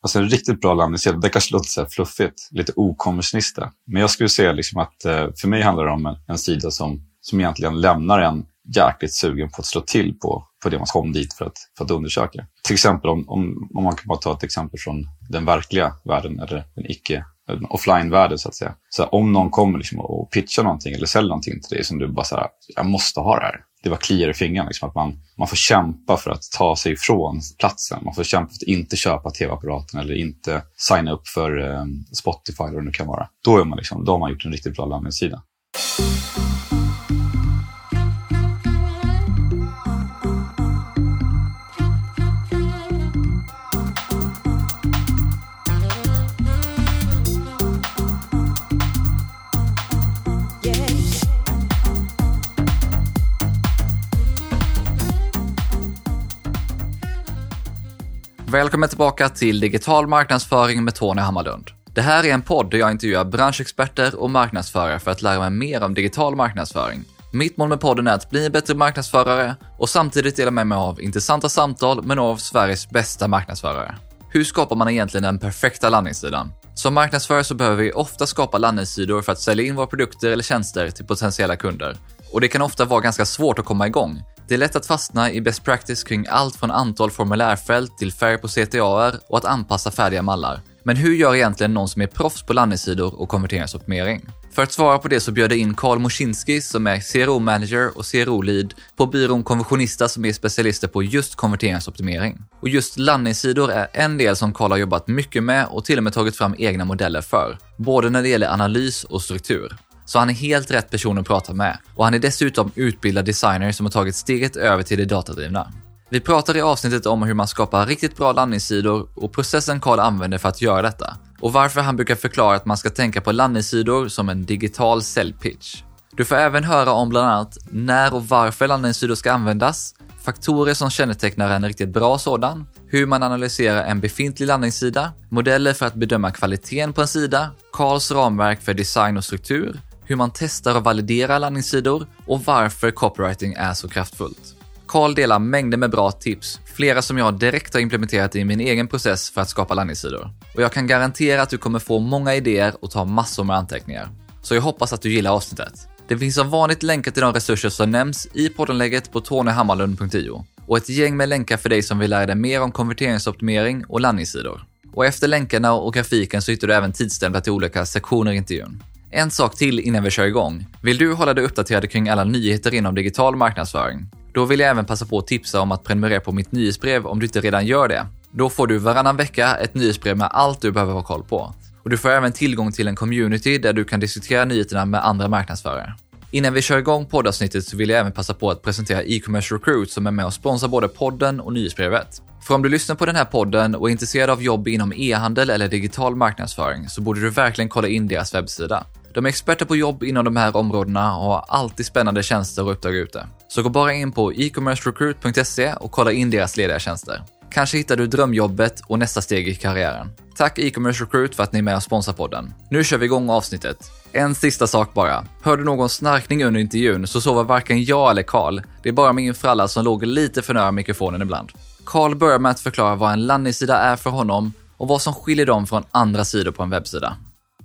Alltså en riktigt bra landningssida, det kanske låter så här fluffigt, lite okonventionista. Men jag skulle säga liksom att för mig handlar det om en sida som egentligen lämnar en jäkligt sugen på att slå till på det man kom dit för att undersöka. Till exempel om man kan bara ta ett exempel från den verkliga världen eller den offline-världen så att säga. Så om någon kommer liksom och pitchar någonting eller säljer någonting till dig som du bara så här, jag måste ha det här. Det var kliar i fingern liksom, att man får kämpa för att ta sig ifrån platsen. Man får kämpa för att inte köpa tv-apparaten eller inte signa upp för Spotify eller vad det nu kan vara. Då har man gjort en riktigt bra landningssida. Välkommen tillbaka till Digital marknadsföring med Tony Hammarlund. Det här är en podd där jag intervjuar branschexperter och marknadsförare för att lära mig mer om digital marknadsföring. Mitt mål med podden är att bli en bättre marknadsförare och samtidigt dela med mig av intressanta samtal med några av Sveriges bästa marknadsförare. Hur skapar man egentligen den perfekta landningssidan? Som marknadsförare så behöver vi ofta skapa landningssidor för att sälja in våra produkter eller tjänster till potentiella kunder. Och det kan ofta vara ganska svårt att komma igång. Det är lätt att fastna i best practice kring allt från antal formulärfält till färg på CTA:er och att anpassa färdiga mallar. Men hur gör egentligen någon som är proffs på landningssidor och konverteringsoptimering? För att svara på det så bjöd jag in Karl Moschinski som är CRO-manager och CRO-lead på byrån Konversionista som är specialister på just konverteringsoptimering. Och just landningssidor är en del som Karl har jobbat mycket med och till och med tagit fram egna modeller för. Både när det gäller analys och struktur. Så han är helt rätt person att prata med. Och han är dessutom utbildad designer som har tagit steget över till det datadrivna. Vi pratar i avsnittet om hur man skapar riktigt bra landningssidor och processen Karl använder för att göra detta. Och varför han brukar förklara att man ska tänka på landningssidor som en digital säljpitch. Du får även höra om bland annat när och varför landningssidor ska användas, faktorer som kännetecknar en riktigt bra sådan, hur man analyserar en befintlig landningssida, modeller för att bedöma kvaliteten på en sida, Karls ramverk för design och struktur, hur man testar och validerar landningssidor och varför copywriting är så kraftfullt. Karl delar mängder med bra tips, flera som jag direkt har implementerat i min egen process för att skapa landningssidor. Och jag kan garantera att du kommer få många idéer och ta massor med anteckningar. Så jag hoppas att du gillar avsnittet. Det finns som vanligt länkar till de resurser som nämns i poddenlägget på tonyhammarlund.io och ett gäng med länkar för dig som vill lära dig mer om konverteringsoptimering och landningssidor. Och efter länkarna och grafiken så hittar du även tidsstämplar till olika sektioner i intervjun. En sak till innan vi kör igång. Vill du hålla dig uppdaterad kring alla nyheter inom digital marknadsföring? Då vill jag även passa på att tipsa om att prenumerera på mitt nyhetsbrev om du inte redan gör det. Då får du varannan vecka ett nyhetsbrev med allt du behöver ha koll på. Och du får även tillgång till en community där du kan diskutera nyheterna med andra marknadsförare. Innan vi kör igång poddavsnittet så vill jag även passa på att presentera e-commerce recruit som är med och sponsrar både podden och nyhetsbrevet. För om du lyssnar på den här podden och är intresserad av jobb inom e-handel eller digital marknadsföring så borde du verkligen kolla in deras webbsida. De är experter på jobb inom de här områdena och har alltid spännande tjänster och uppdrag ute. Så gå bara in på e-commercerecruit.se och kolla in deras lediga tjänster. Kanske hittar du drömjobbet och nästa steg i karriären. Tack e-commerce recruit för att ni är med och sponsrar podden. Nu kör vi igång avsnittet. En sista sak bara. Hör du någon snarkning under intervjun så sover varken jag eller Karl. Det är bara min fralla som låg lite för nära mikrofonen ibland. Karl börjar med att förklara vad en landningssida är för honom och vad som skiljer dem från andra sidor på en webbsida.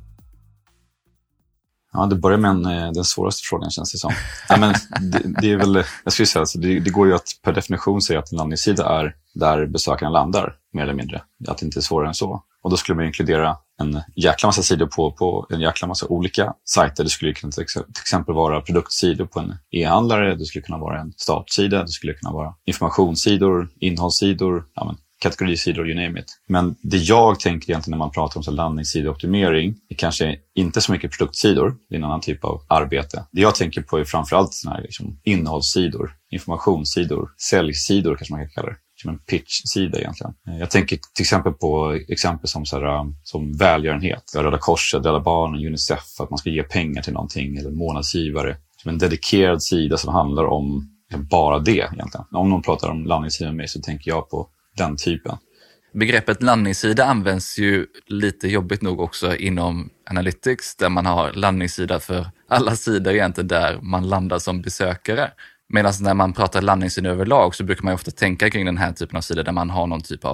Ja, det börjar med den svåraste frågan känns det som. Ja, men det är väl, jag skulle säga, alltså, det går ju att per definition säga att en landningssida är där besökaren landar, mer eller mindre. Att det inte är svårare än så. Och då skulle man inkludera en jäkla massa sidor på en jäkla massa olika sajter. Det skulle kunna till exempel vara produktsidor på en e-handlare. Det skulle kunna vara en startsida. Det skulle kunna vara informationssidor, innehållssidor, kategorisidor, you name it. Men det jag tänker egentligen när man pratar om så landningssideoptimering är kanske inte så mycket produktsidor, det är en annan typ av arbete. Det jag tänker på är framförallt såna här innehållssidor, informationssidor, säljsidor kanske man kan kalla det. Som en pitch-sida egentligen. Jag tänker till exempel på exempel som välgörenhet. Röda Korset, Rädda Barnen, Unicef, att man ska ge pengar till någonting eller månadsgivare. Som en dedikerad sida som handlar om bara det egentligen. Om någon pratar om landningssidan med mig så tänker jag på den typen. Begreppet landningssida används ju lite jobbigt nog också inom Analytics där man har landningssida för alla sidor egentligen där man landar som besökare. Medan när man pratar landningssida överlag så brukar man ju ofta tänka kring den här typen av sidor där man har någon typ av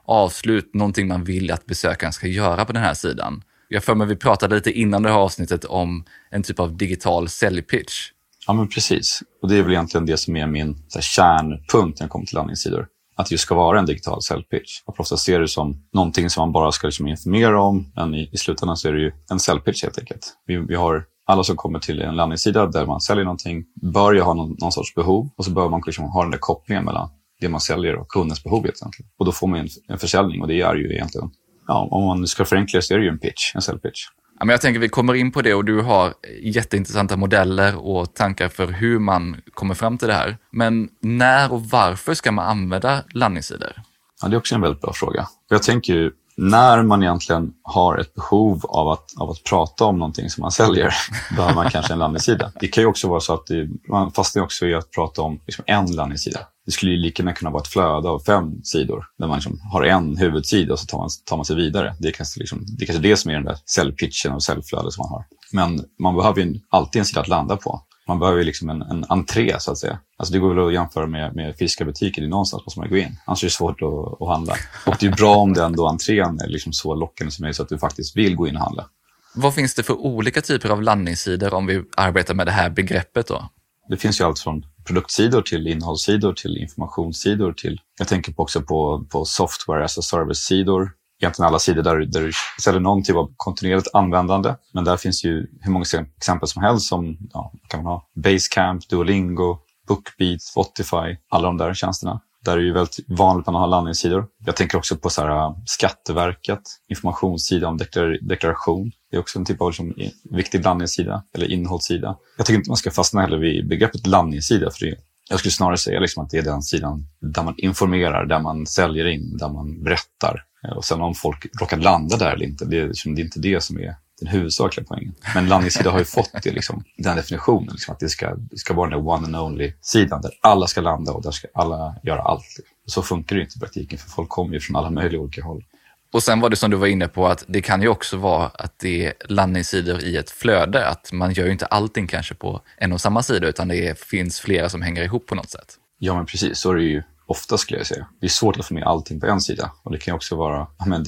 avslut, någonting man vill att besökaren ska göra på den här sidan. Jag för mig vi pratade lite innan det här avsnittet om en typ av digital säljpitch. Ja, men precis. Och det är väl egentligen det som är min kärnpunkt när det kommer till landningssidor. Att det just ska vara en digital säljpitch. Jag ofta ser det som någonting som man bara ska informera om, men i slutändan så är det ju en säljpitch helt enkelt. Vi har alla som kommer till en landningssida där man säljer någonting, bör ju ha någon sorts behov, och så bör man ha den där kopplingen mellan det man säljer och kundens behov egentligen. Och då får man en försäljning, och det är ju egentligen, om man ska förenkla så är det ju en säljpitch. Ja, men jag tänker vi kommer in på det, och du har jätteintressanta modeller och tankar för hur man kommer fram till det här. Men när och varför ska man använda landningssidor? Ja, det är också en väldigt bra fråga. Jag tänker ju, när man egentligen har ett behov av att prata om någonting som man säljer, behöver man kanske en landningssida. Det kan ju också vara så att man fastnar också i att prata om en landningssida. Det skulle ju lika gärna kunna vara ett flöde av 5 sidor där man har en huvudsida och så tar man sig vidare. Det är kanske det som är den där säljpitchen och säljflödet som man har. Men man behöver ju alltid en sida att landa på. Man behöver ju en entré så att säga. Alltså det går väl att jämföra med fysiska butiker. Det är någonstans måste man gå in. Annars är det svårt att handla. Och det är bra om det ändå entrén är så lockande som möjligt så att du faktiskt vill gå in och handla. Vad finns det för olika typer av landningssidor om vi arbetar med det här begreppet då? Det finns ju allt från produktsidor till innehållssidor till informationssidor till, jag tänker också på software as a service-sidor. Egentligen alla sidor där du säljer någon typ av kontinuerligt användande. Men där finns ju hur många exempel som helst som kan man ha Basecamp, Duolingo, Bookbeat, Spotify, alla de där tjänsterna. Där är det ju väldigt vanligt att man har landningssidor. Jag tänker också på Skatteverket, informationssida om deklaration. Det är också en typ av viktig landningssida eller innehållssida. Jag tycker inte man ska fastna heller vid begreppet landningssida, för jag skulle snarare säga att det är den sidan där man informerar, där man säljer in, där man berättar. Och sen om folk råkar landa där eller inte, det är inte det som är den huvudsakliga poängen. Men landningssida har ju fått den definitionen, att det ska vara den one and only sidan där alla ska landa och där ska alla göra allt. Så funkar det inte i praktiken, för folk kommer ju från alla möjliga olika håll. Och sen var det som du var inne på, att det kan ju också vara att det är landningssidor i ett flöde. Att man gör ju inte allting kanske på en och samma sida, utan det finns flera som hänger ihop på något sätt. Ja, men precis. Så är det ju ofta, skulle jag säga. Det är svårt att få med allting på en sida. Och det kan ju också vara,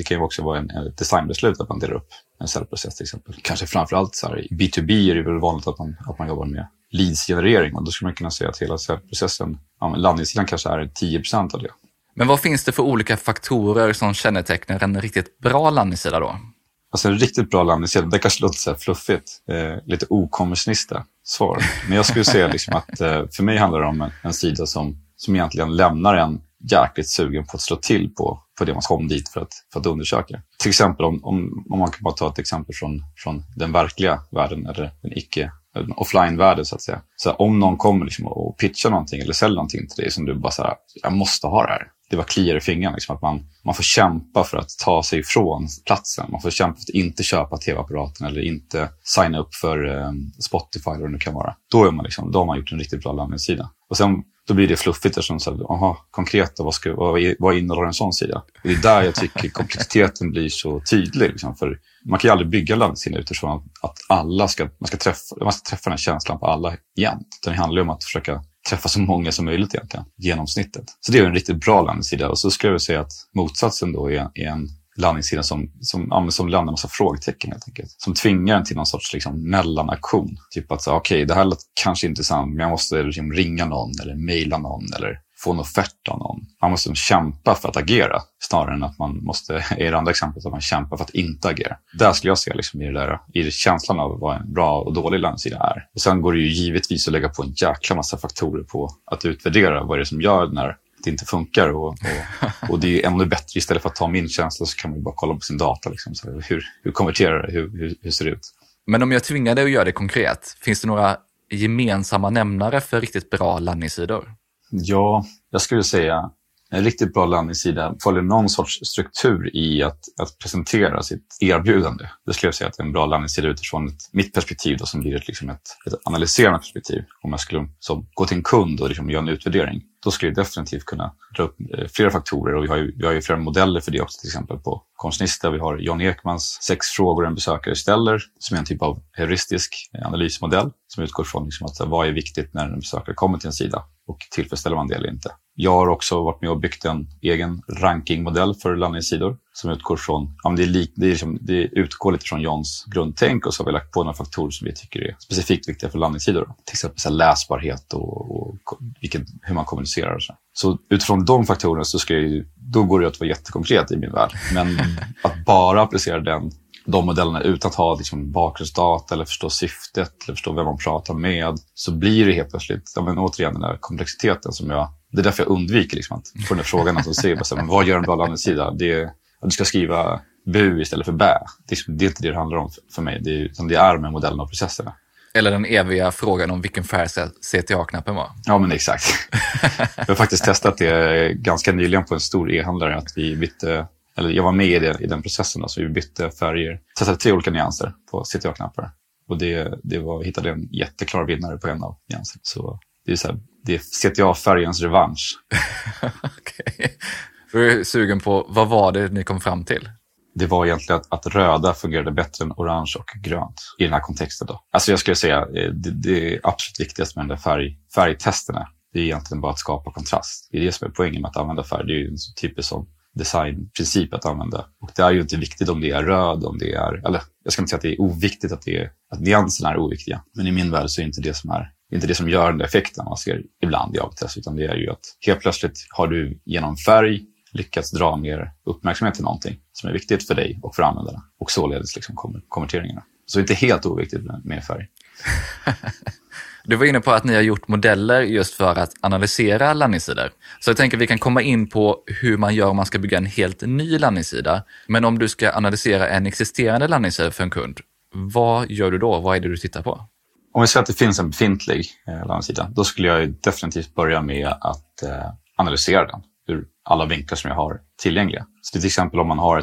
en designbeslut att man delar upp en säljprocess till exempel. Kanske framförallt i B2B är det väl vanligt att man jobbar med leadsgenerering. Och då skulle man kunna säga att hela säljprocessen, landningssidan kanske är 10% av det. Men vad finns det för olika faktorer som kännetecknar en riktigt bra landningssida då? Alltså en riktigt bra landningssida, det kanske låter så här fluffigt, lite okommersionistiska svar. Men jag skulle säga att för mig handlar det om en sida som egentligen lämnar en jäkligt sugen på att slå till på det man kom dit för att undersöka. Till exempel om man kan bara ta ett exempel från den verkliga världen eller den offline-världen så att säga. Så om någon kommer och pitchar någonting eller säljer någonting till dig som du bara jag måste ha det här. Det var kliar i fingrarna, att man får kämpa för att ta sig ifrån platsen. Man får kämpa för att inte köpa tv-apparaten eller inte signa upp för Spotify eller vad det kan vara. Då har man gjort en riktigt bra landningssida. Och sen då blir det fluffigt som konkret, vad innehåller en sån sida? Och det är där jag tycker komplexiteten blir så tydlig. För man kan ju aldrig bygga landningssidor utifrån att man ska träffa den här känslan på alla jämt. Det handlar om att försöka träffa så många som möjligt egentligen, genomsnittet. Så det är en riktigt bra landningssida. Och så skulle jag säga att motsatsen då är en landningssida som landar en massa frågetecken helt enkelt. Som tvingar en till någon sorts mellanaktion. Typ att det här låter kanske intressant, men jag måste ringa någon eller mejla någon eller få en offert av någon. Man måste kämpa för att agera snarare än att man måste, i det andra exemplet, att man kämpar för att inte agera. Där skulle jag se i känslan av vad en bra och dålig landningssida är. Och sen går det ju givetvis att lägga på en jäkla massa faktorer på att utvärdera vad det är som gör när det inte funkar. Och det är ännu bättre, istället för att ta min känsla så kan man ju bara kolla på sin data. Så hur konverterar det? Hur ser det ut? Men om jag tvingar dig att göra det konkret, finns det några gemensamma nämnare för riktigt bra landningssidor? Ja, jag skulle säga en riktigt bra landningssida följer någon sorts struktur i att presentera sitt erbjudande. Det skulle jag säga att en bra landningssida utifrån mitt perspektiv då, som blir ett analyserande perspektiv. Om jag skulle gå till en kund och göra en utvärdering, då skulle jag definitivt kunna dra upp flera faktorer. Och vi har ju flera modeller för det också, till exempel på Konstnista. Vi har John Ekmans 6 frågor en besökare ställer, som är en typ av heuristisk analysmodell som utgår från att vad är viktigt när en besökare kommer till en sida. och tillfredsställer man det eller inte. Jag har också varit med och byggt en egen rankingmodell för landningssidor som utgår från, det utgår lite från Johns grundtänk, och så har vi lagt på några faktorer som vi tycker är specifikt viktiga för landningssidor. Till exempel så läsbarhet och hur man kommunicerar och så. Så utifrån de faktorerna då går det att vara jättekonkret i min värld. Men att bara applicera de modellerna utan att ha liksom bakgrundsdata eller förstå syftet eller förstå vem man pratar med, så blir det helt plötsligt, återigen den där komplexiteten som det är därför jag undviker liksom att få den där frågan som säger, men vad gör en bra landningssida? Det är att du ska skriva bu istället för bä. Det är inte det handlar om för mig. Det är med modellen och processerna. Eller den eviga frågan om vilken färg CTA-knappen var. Ja, men exakt. Jag har faktiskt testat det ganska nyligen på en stor e-handlare, att vi bytte, eller jag var med i den processen då, så vi bytte färger. Testade 3 olika nyanser på CTA-knappar. Och hittade en jätteklar vinnare på en av nyanserna. Så det är CTA-färgens revansch. Okej. Du är sugen på, vad var det ni kom fram till? Det var egentligen att röda fungerade bättre än orange och grönt i den här kontexten då. Alltså jag skulle säga, det absolut viktigaste med de där färgtesterna, det är egentligen bara att skapa kontrast. Det är det som är poängen med att använda färg. Det är ju en typisk sån designprincip att använda. Och det är ju inte viktigt om det är röd, eller jag ska inte säga att det är oviktigt att nyanserna är oviktiga. Men i min värld så är inte det som gör den där effekten man ser ibland i AB-test, utan det är ju att helt plötsligt har du genom färg lyckats dra mer uppmärksamhet till någonting som är viktigt för dig och för användarna. Och således liksom konverteringarna. Så det är inte helt oviktigt med färg. Du var inne på att ni har gjort modeller just för att analysera landningssidor. Så jag tänker att vi kan komma in på hur man gör om man ska bygga en helt ny landningssida. Men om du ska analysera en existerande landningssida för en kund, vad gör du då? Vad är det du tittar på? Om vi säger att det finns en befintlig landningssida, då skulle jag definitivt börja med att analysera den ur alla vinklar som jag har tillgängliga. Så till exempel om man har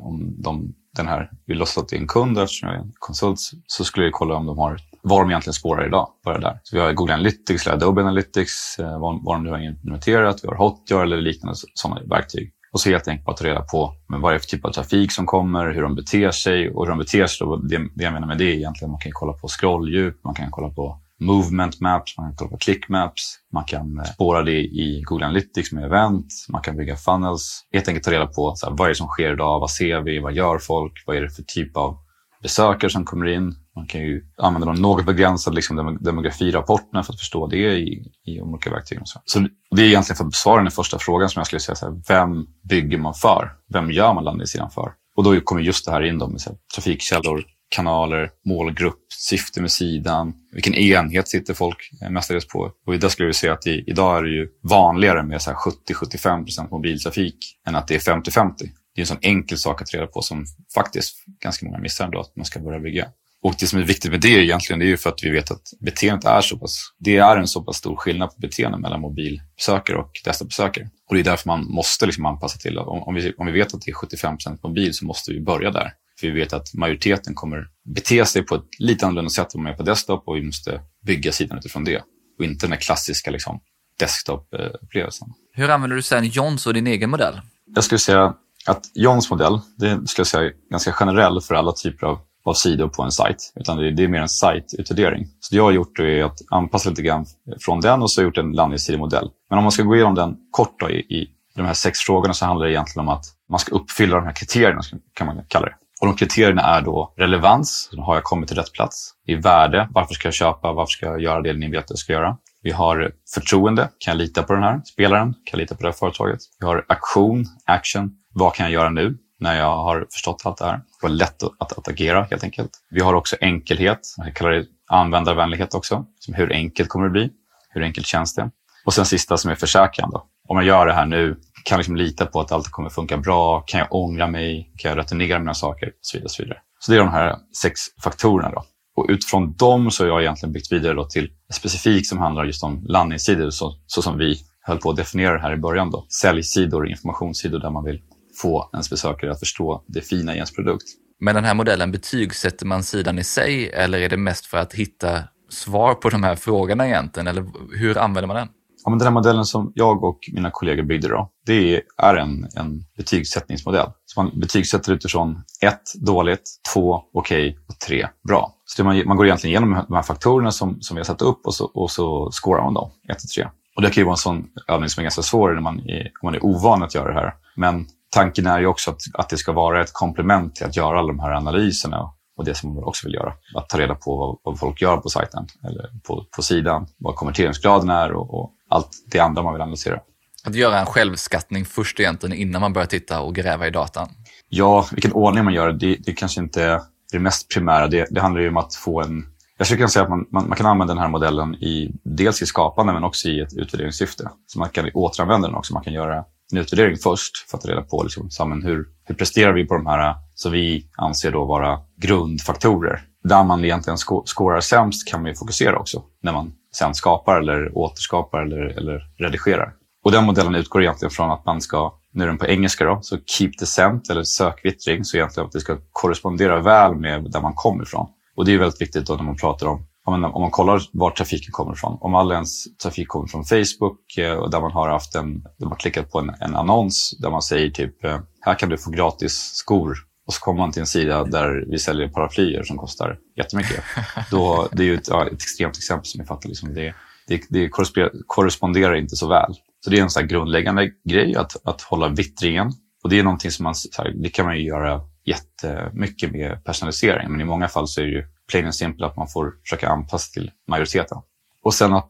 vi låtsas att det är en kund, eftersom jag är en konsult, så skulle jag kolla om de har vad de egentligen spårar idag. Börja där. Så vi har Google Analytics eller Adobe Analytics, vad de nu har implementerat. Vi har Hotjar eller liknande sådana verktyg. Och så helt enkelt bara ta reda på vad det är för typ av trafik som kommer, hur de beter sig. Och hur de beter sig, då, det jag menar med det är egentligen man kan kolla på scrolldjup, man kan kolla på movement maps, man kan kolla på click maps, man kan spåra det i Google Analytics med event, man kan bygga funnels. Helt enkelt ta reda på vad är det som sker idag, vad ser vi, vad gör folk, vad är det för typ av besökare som kommer in. Man kan ju använda de något begränsade demografirapporterna för att förstå det i olika verktyg. Så det är egentligen för att besvara den första frågan som jag skulle säga, vem bygger man för? Vem gör man landningssidan för? Och då kommer just det här in med trafikkällor, kanaler, målgrupp, syfte med sidan, vilken enhet sitter folk mestadels på. Och där skulle vi säga att idag är det ju vanligare med 70-75% mobiltrafik än att det är 50-50. Det är en sån enkel sak att reda på som faktiskt ganska många missar ändå att man ska börja bygga. Och det som är viktigt med det egentligen, det är ju för att vi vet att beteendet det är en så pass stor skillnad på beteende mellan mobilbesökare och desktopbesökare. Och det är därför man måste anpassa till att om vi vet att det är 75% mobil, så måste vi börja där. För vi vet att majoriteten kommer bete sig på ett lite annorlunda sätt än man är på desktop, och vi måste bygga sidan utifrån det. Och inte den här klassiska desktop-upplevelsen. Hur använder du sen Johns och din egen modell? Jag skulle säga att Johns modell, det skulle jag säga ganska generell för alla typer av sidor på en sajt. Utan det är mer en sajtutvärdering. Så det jag har gjort är att anpassa lite grann från den, och så har jag gjort en landningssidemodell. Men om man ska gå igenom den kort då, i de här 6 frågorna, så handlar det egentligen om att man ska uppfylla de här kriterierna, kan man kalla det. Och de kriterierna är då relevans, så har jag kommit till rätt plats. Det är värde, varför ska jag köpa, varför ska jag göra det ni vet att jag ska göra. Vi har förtroende, kan jag lita på den här spelaren, kan jag lita på det här företaget. Vi har action, vad kan jag göra nu när jag har förstått allt det här. Det var lätt att agera helt enkelt. Vi har också enkelhet, man kallar det användarvänlighet också. Som hur enkelt kommer det bli, hur enkelt känns det. Och sen sista som är försäkran då. Om jag gör det här nu, kan jag lita på att allt kommer funka bra? Kan jag ångra mig? Kan jag returnera mina saker? Och så vidare, och så vidare. Så det är de här 6 faktorerna då. Och utifrån dem så har jag egentligen byggt vidare då till specifikt som handlar just om landningssidor, så som vi höll på att definiera det här i början då. Säljsidor, informationssidor där man vill få ens besökare att förstå det fina i ens produkt. Men den här modellen, betygsätter man sidan i sig, eller är det mest för att hitta svar på de här frågorna egentligen? Eller hur använder man den? Ja, men den här modellen som jag och mina kollegor byggde då, det är en betygssättningsmodell. Så man betygsätter utifrån 1 dåligt, 2 okej och 3 bra. Så man går egentligen igenom de här faktorerna som vi har satt upp, och så scorar man dem 1-3. Och det kan ju vara en sån övning som är ganska svår när om man är ovan att göra det här. Men tanken är ju också att det ska vara ett komplement till att göra alla de här analyserna och det som man också vill göra. Att ta reda på vad folk gör på sajten eller på sidan, vad konverteringsgraden är och allt det andra man vill analysera. Att göra en självskattning först egentligen innan man börjar titta och gräva i datan. Ja, vilken ordning man gör, det kanske inte är det mest primära. Det handlar ju om att få en... Jag skulle kunna säga att man kan använda den här modellen dels i skapande men också i ett utvärderingssyfte. Så man kan återanvända den också. Man kan göra en utvärdering först för att ta reda på hur presterar vi på de här som vi anser då vara grundfaktorer. Där man egentligen skårar sämst kan man ju fokusera också när man sen skapar eller återskapar eller redigerar. Och den modellen utgår egentligen från att man ska, nu är den på engelska då, så keep descent eller sökvittring, så egentligen att det ska korrespondera väl med där man kommer ifrån. Och det är väldigt viktigt då när man pratar om man kollar var trafiken kommer ifrån. Om all ens trafik kommer från Facebook och där man har haft där man klickat på en annons där man säger typ här kan du få gratis skor. Och så kommer man till en sida där vi säljer paraplyer som kostar jättemycket. Då, det är ju ett extremt exempel som jag fattar. Liksom, det korresponderar inte så väl. Så det är en sån här grundläggande grej att hålla vittringen. Och det är någonting som det kan man ju göra jättemycket med personalisering. Men i många fall så är det ju plain and simple att man får försöka anpassa till majoriteten. Och sen att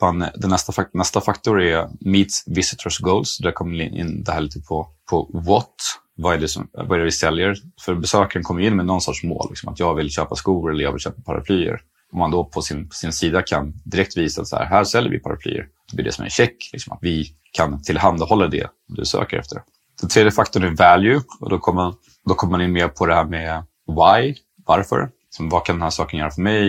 nästa faktor är meets visitors goals. Där kommer in det här lite på what. Vad är det vi säljer? För besökaren kommer in med någon sorts mål. Liksom att jag vill köpa skor eller jag vill köpa paraplyer. Om man då på sin sida kan direkt visa att här säljer vi paraplyer. Det blir det som en check. Liksom att vi kan tillhandahålla det du söker efter. Den tredje faktorn är value. Och då kommer man in mer på det här med why. Varför? Vad kan den här saken göra för mig?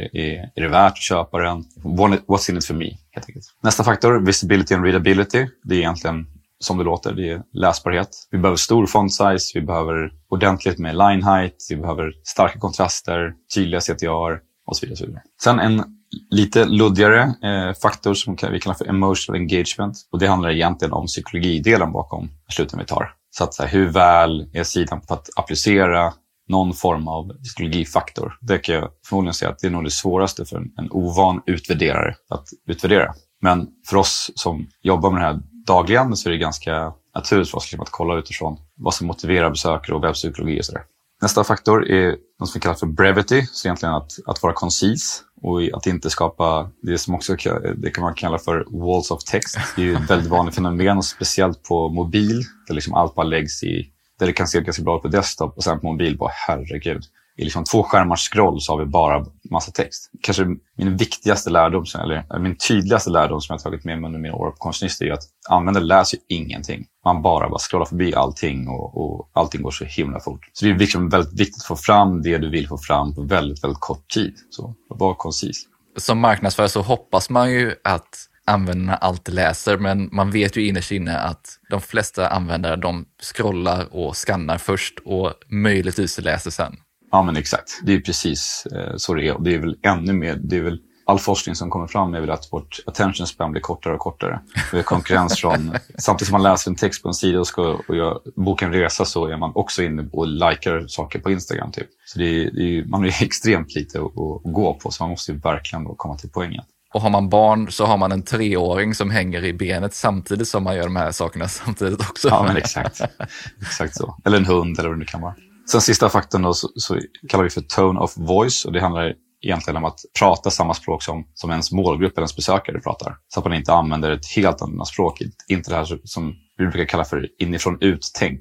Är det värt att köpa den? What's in it for me? Helt enkelt. Nästa faktor, visibility and readability. Det är egentligen som det låter, det är läsbarhet. Vi behöver stor font size, vi behöver ordentligt med line height, vi behöver starka kontraster, tydliga CTR och så vidare. Så vidare. Sen en lite luddigare faktor som vi kallar för emotional engagement. Och det handlar egentligen om psykologidelen bakom besluten vi tar. Så att hur väl är sidan på att applicera någon form av psykologifaktor. Det kan jag förmodligen säga att det är nog det svåraste för en ovan utvärderare att utvärdera. Men för oss som jobbar med det här dagligen så är det ganska naturligt för oss att kolla utifrån vad som motiverar besökare och webbpsykologi och sådär. Nästa faktor är något som vi kallar för brevity, så egentligen att vara koncis och att inte skapa det som också det kan man kalla för walls of text. Det är ju ett väldigt vanligt fenomen och speciellt på mobil där liksom allt bara läggs i, där det kan se ganska bra ut på desktop och sen på mobil bara herregud. I liksom 2 skärmars scroll så har vi bara massa text. Kanske min viktigaste lärdom, eller min tydligaste lärdom som jag har tagit med mig under mina år på Konstnyst är ju att användare läser ingenting. Man bara scrollar förbi allting och allting går så himla fort. Så det är liksom väldigt viktigt att få fram det du vill få fram på väldigt, väldigt kort tid. Så var koncis. Som marknadsförare så hoppas man ju att användarna alltid läser, men man vet ju innerst inne att de flesta användare de scrollar och skannar först och möjligtvis läser sen. Ja men exakt, det är precis så det är. Och det är väl ännu mer, det är väl all forskning som kommer fram är väl att vårt attention span blir kortare och kortare. Det är konkurrens från, samtidigt som man läser en text på en sida och boka en resa så är man också inne och likar saker på Instagram typ. Så man har ju extremt lite att gå på så man måste ju verkligen då komma till poängen. Och har man barn så har man en 3-åring som hänger i benet samtidigt som man gör de här sakerna samtidigt också. Ja men exakt, exakt så. Eller en hund eller vad det kan vara. Sen sista faktorn då så kallar vi för tone of voice och det handlar egentligen om att prata samma språk som ens målgrupp eller ens besökare pratar. Så att man inte använder ett helt annat språk. Inte det här som vi brukar kalla för inifrån uttänk.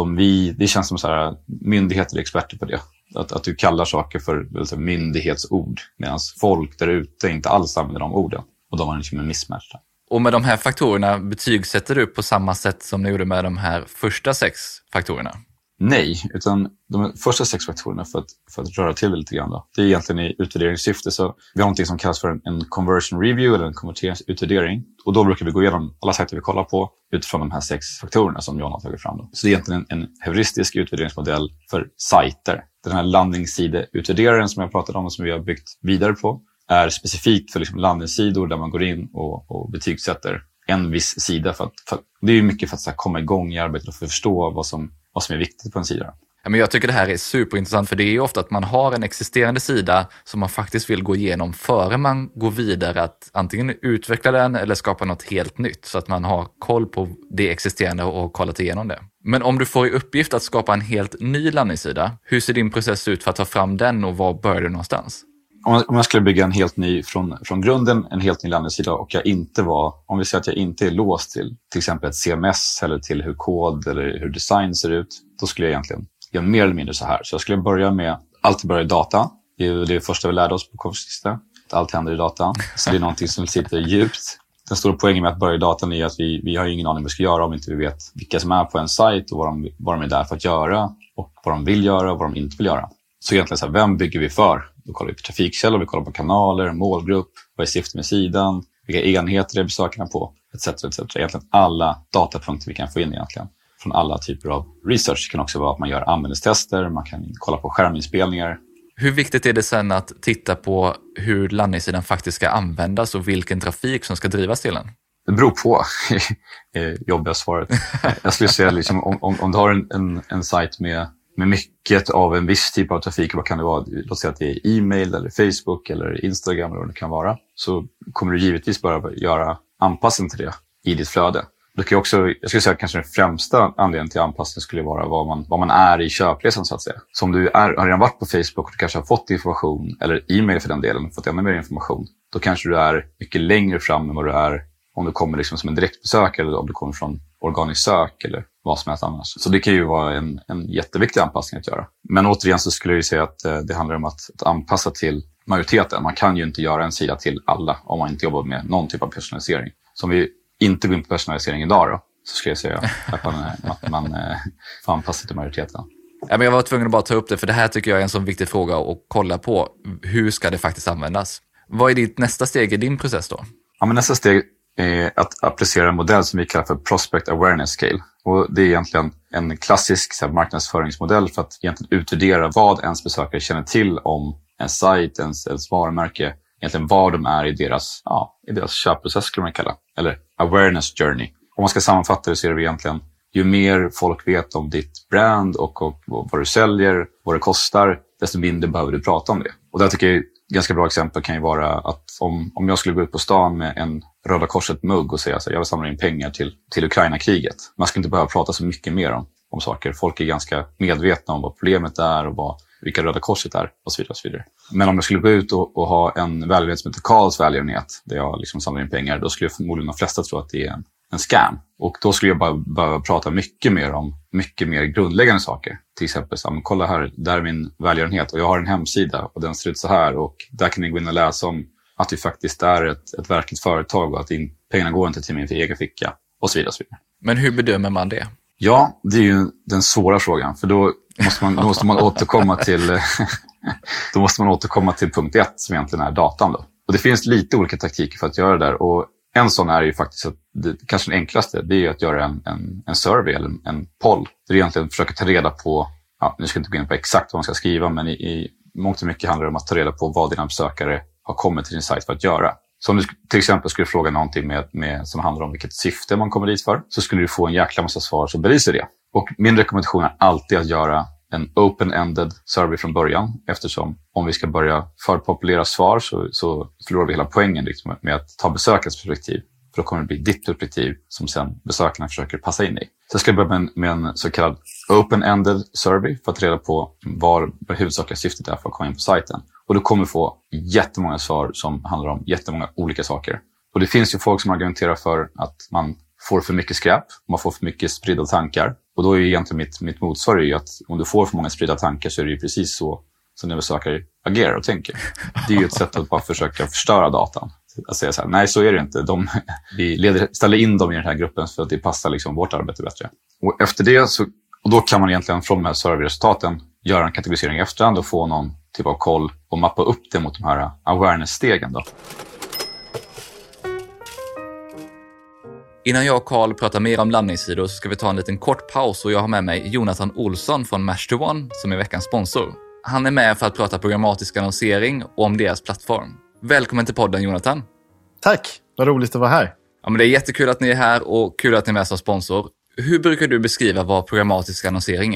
Det känns som så här, myndigheter är experter på det. Att du kallar saker för myndighetsord medan folk där ute inte alls använder de orden. Och de har liksom en mismatch där. Och med de här faktorerna betygsätter du på samma sätt som du gjorde med de här första 6 faktorerna? Nej, utan de första 6 faktorerna för att röra till det lite grann då. Det är egentligen i utvärderingssyfte. Så vi har något som kallas för en conversion review eller en konverteringsutvärdering. Och då brukar vi gå igenom alla sajter vi kollar på utifrån de här 6 faktorerna som John har tagit fram då. Så det är egentligen en heuristisk utvärderingsmodell för sajter. Den här landningssideutvärderaren som jag pratade om och som vi har byggt vidare på är specifikt för liksom landningssidor där man går in och betygsätter en viss sida. För det är ju mycket för att så här, komma igång i arbetet och förstå vad som är viktigt på en sida. Ja, men jag tycker det här är superintressant, för det är ju ofta att man har en existerande sida som man faktiskt vill gå igenom före man går vidare att antingen utveckla den eller skapa något helt nytt, så att man har koll på det existerande och kollat igenom det. Men om du får i uppgift att skapa en helt ny landningssida, hur ser din process ut för att ta fram den och var börjar du någonstans? Om jag skulle bygga en helt ny, från grunden, en helt ny landningssida och jag inte om vi säger att jag inte är låst till exempel ett CMS eller till hur kod eller hur design ser ut, då skulle jag egentligen göra mer eller mindre så här. Så jag skulle börja med, alltid börja i data. Det är det första vi lärde oss på Konfsista, att allt händer i data. Så det är någonting som sitter djupt. Den stora poängen med att börja i datan är att vi har ingen aning vad vi ska göra om inte vi vet vilka som är på en sajt och vad de är där för att göra och vad de vill göra och vad de inte vill göra. Så egentligen så här, vem bygger vi för? Då kollar vi på trafikkällor, vi kollar på kanaler, målgrupp, vad är syftet med sidan, vilka enheter är besökarna på, etc. Egentligen alla datapunkter vi kan få in egentligen. Från alla typer av research. Det kan också vara att man gör användningstester, man kan kolla på skärminspelningar. Hur viktigt är det sen att titta på hur landningssidan faktiskt ska användas och vilken trafik som ska drivas till den? Det beror på, jobbiga svaret. Jag skulle säga liksom, om du har en sajt med mycket av en viss typ av trafik, vad kan det vara? Låt säga att det är e-mail eller Facebook eller Instagram eller vad det kan vara. Så kommer du givetvis bara göra anpassning till det i ditt flöde. Jag skulle säga kanske den främsta anledningen till anpassning skulle vara vad man är i köpresan så att säga. Så om du har redan varit på Facebook och du kanske har fått information, eller e-mail för den delen, fått ännu mer information, då kanske du är mycket längre fram än vad du är om du kommer liksom som en direktbesökare eller om du kommer från organisk sök eller vad som helst annars. Så det kan ju vara en jätteviktig anpassning att göra. Men återigen så skulle jag ju säga att det handlar om att anpassa till majoriteten. Man kan ju inte göra en sida till alla om man inte jobbar med någon typ av personalisering. Så om vi inte går in på personalisering idag då, så skulle jag säga att man får anpassa till majoriteten. Ja, men jag var tvungen att bara ta upp det, för det här tycker jag är en sån viktig fråga att kolla på. Hur ska det faktiskt användas? Vad är ditt nästa steg i din process då? Ja, men nästa steg är att applicera en modell som vi kallar för Prospect Awareness Scale. Och det är egentligen en klassisk marknadsföringsmodell för att egentligen utvärdera vad ens besökare känner till om en sajt, ens varumärke, egentligen var de är i deras köpprocess skulle man kalla, eller awareness journey. Om man ska sammanfatta det så är det egentligen ju mer folk vet om ditt brand och vad du säljer, vad det kostar, desto mindre behöver du prata om det. Och där tycker jag ganska bra exempel kan ju vara att om jag skulle gå ut på stan med en Röda Korset-mugg och säga att jag vill samla in pengar till Ukraina-kriget. Man ska inte behöva prata så mycket mer om saker. Folk är ganska medvetna om vad problemet är och vilka Röda Korset är och så vidare och så vidare. Men om jag skulle gå ut och ha en välgörenhet som heter Karls välgörenhet där jag liksom samlar in pengar, då skulle förmodligen de flesta tro att det är en scam. Och då skulle jag bara behöva prata mycket mer grundläggande saker. Till exempel, kolla här, där är min välgörenhet och jag har en hemsida och den ser ut så här och där kan ni gå in och läsa om att vi faktiskt är ett verkligt företag och att pengarna går inte till min egen ficka och så vidare och så vidare. Men hur bedömer man det? Ja, det är ju den svåra frågan, för då måste man återkomma till punkt 1 som egentligen är datan då. Och det finns lite olika taktiker för att göra det där, och en sån är ju faktiskt att kanske den enklaste, det är ju att göra en survey eller en poll. Där du egentligen försöker ta reda på, nu ska jag inte gå in på exakt vad man ska skriva, men i mångt och mycket handlar det om att ta reda på vad dina besökare har kommit till din sajt för att göra. Så om du till exempel skulle fråga någonting som handlar om vilket syfte man kommer dit för, så skulle du få en jäkla massa svar som belyser det. Och min rekommendation är alltid att göra en open-ended survey från början, eftersom om vi ska börja förpopulera svar så förlorar vi hela poängen liksom, med att ta besökarens perspektiv. För då kommer det bli ditt perspektiv som sen besökarna försöker passa in i. Så jag ska börja med en så kallad open-ended survey för att reda på vad huvudsakliga syftet är för att komma in på sajten. Och du kommer få jättemånga svar som handlar om jättemånga olika saker. Och det finns ju folk som argumenterar för att man får för mycket skräp, man får för mycket spridda tankar. Och då är ju egentligen mitt motsvar är ju att om du får för många spridda tankar så är det ju precis så som dina besökare agerar och tänker. Det är ju ett sätt att bara försöka förstöra datan. Att säga så här, nej så är det inte. Vi ställer in dem i den här gruppen för att det passar liksom vårt arbete bättre. Och efter det och då kan man egentligen från de här surveyresultaten göra en kategorisering i efterhand och få någon typ av koll och mappa upp det mot de här awareness-stegen då. Innan jag och Carl pratar mer om landningssidor så ska vi ta en liten kort paus och jag har med mig Jonathan Olsson från Match2One som är veckans sponsor. Han är med för att prata programmatisk annonsering och om deras plattform. Välkommen till podden, Jonathan. Tack, vad roligt att vara här. Ja, men det är jättekul att ni är här och kul att ni är med som sponsor. Hur brukar du beskriva vad programmatisk annonsering är?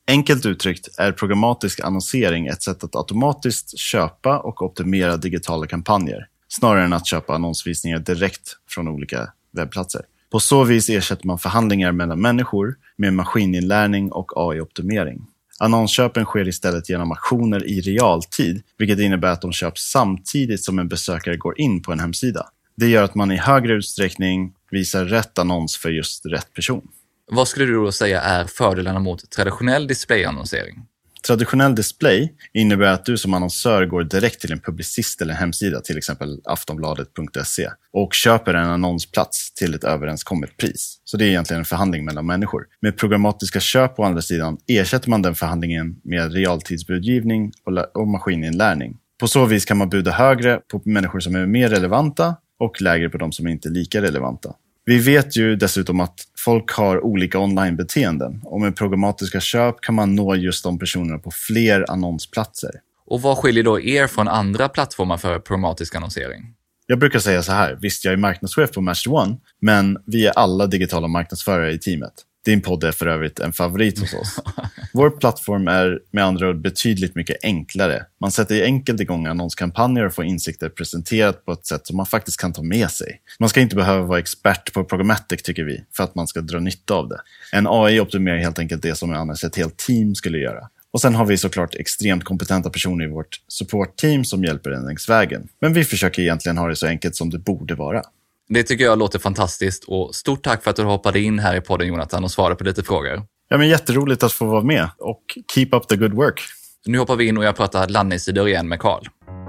Enkelt uttryckt är programmatisk annonsering ett sätt att automatiskt köpa och optimera digitala kampanjer, snarare än att köpa annonsvisningar direkt från olika webbplatser. På så vis ersätter man förhandlingar mellan människor med maskininlärning och AI-optimering. Annonsköpen sker istället genom aktioner i realtid, vilket innebär att de köps samtidigt som en besökare går in på en hemsida. Det gör att man i högre utsträckning visar rätt annons för just rätt person. Vad skulle du då säga är fördelarna mot traditionell displayannonsering? Traditionell display innebär att du som annonsör går direkt till en publicist eller en hemsida, till exempel aftonbladet.se, och köper en annonsplats till ett överenskommet pris. Så det är egentligen en förhandling mellan människor. Med programmatiska köp å andra sidan ersätter man den förhandlingen med realtidsbudgivning och maskininlärning. På så vis kan man buda högre på människor som är mer relevanta och lägre på de som inte är lika relevanta. Vi vet ju dessutom att folk har olika online-beteenden, och med programmatiska köp kan man nå just de personerna på fler annonsplatser. Och vad skiljer då er från andra plattformar för programmatisk annonsering? Jag brukar säga så här: visst, jag är marknadschef på Match One, men vi är alla digitala marknadsförare i teamet. Din podd är för övrigt en favorit hos oss. Vår plattform är med andra ord betydligt mycket enklare. Man sätter enkelt igång annonskampanjer och får insikter presenterat på ett sätt som man faktiskt kan ta med sig. Man ska inte behöva vara expert på programmatic, tycker vi, för att man ska dra nytta av det. En AI optimerar helt enkelt det som annars ett helt team skulle göra. Och sen har vi såklart extremt kompetenta personer i vårt supportteam som hjälper en längs vägen. Men vi försöker egentligen ha det så enkelt som det borde vara. Det tycker jag låter fantastiskt, och stort tack för att du hoppade in här i podden, Jonathan, och svarade på lite frågor. Ja, men jätteroligt att få vara med, och keep up the good work. Nu hoppar vi in och jag pratar landningssidor igen med Carl.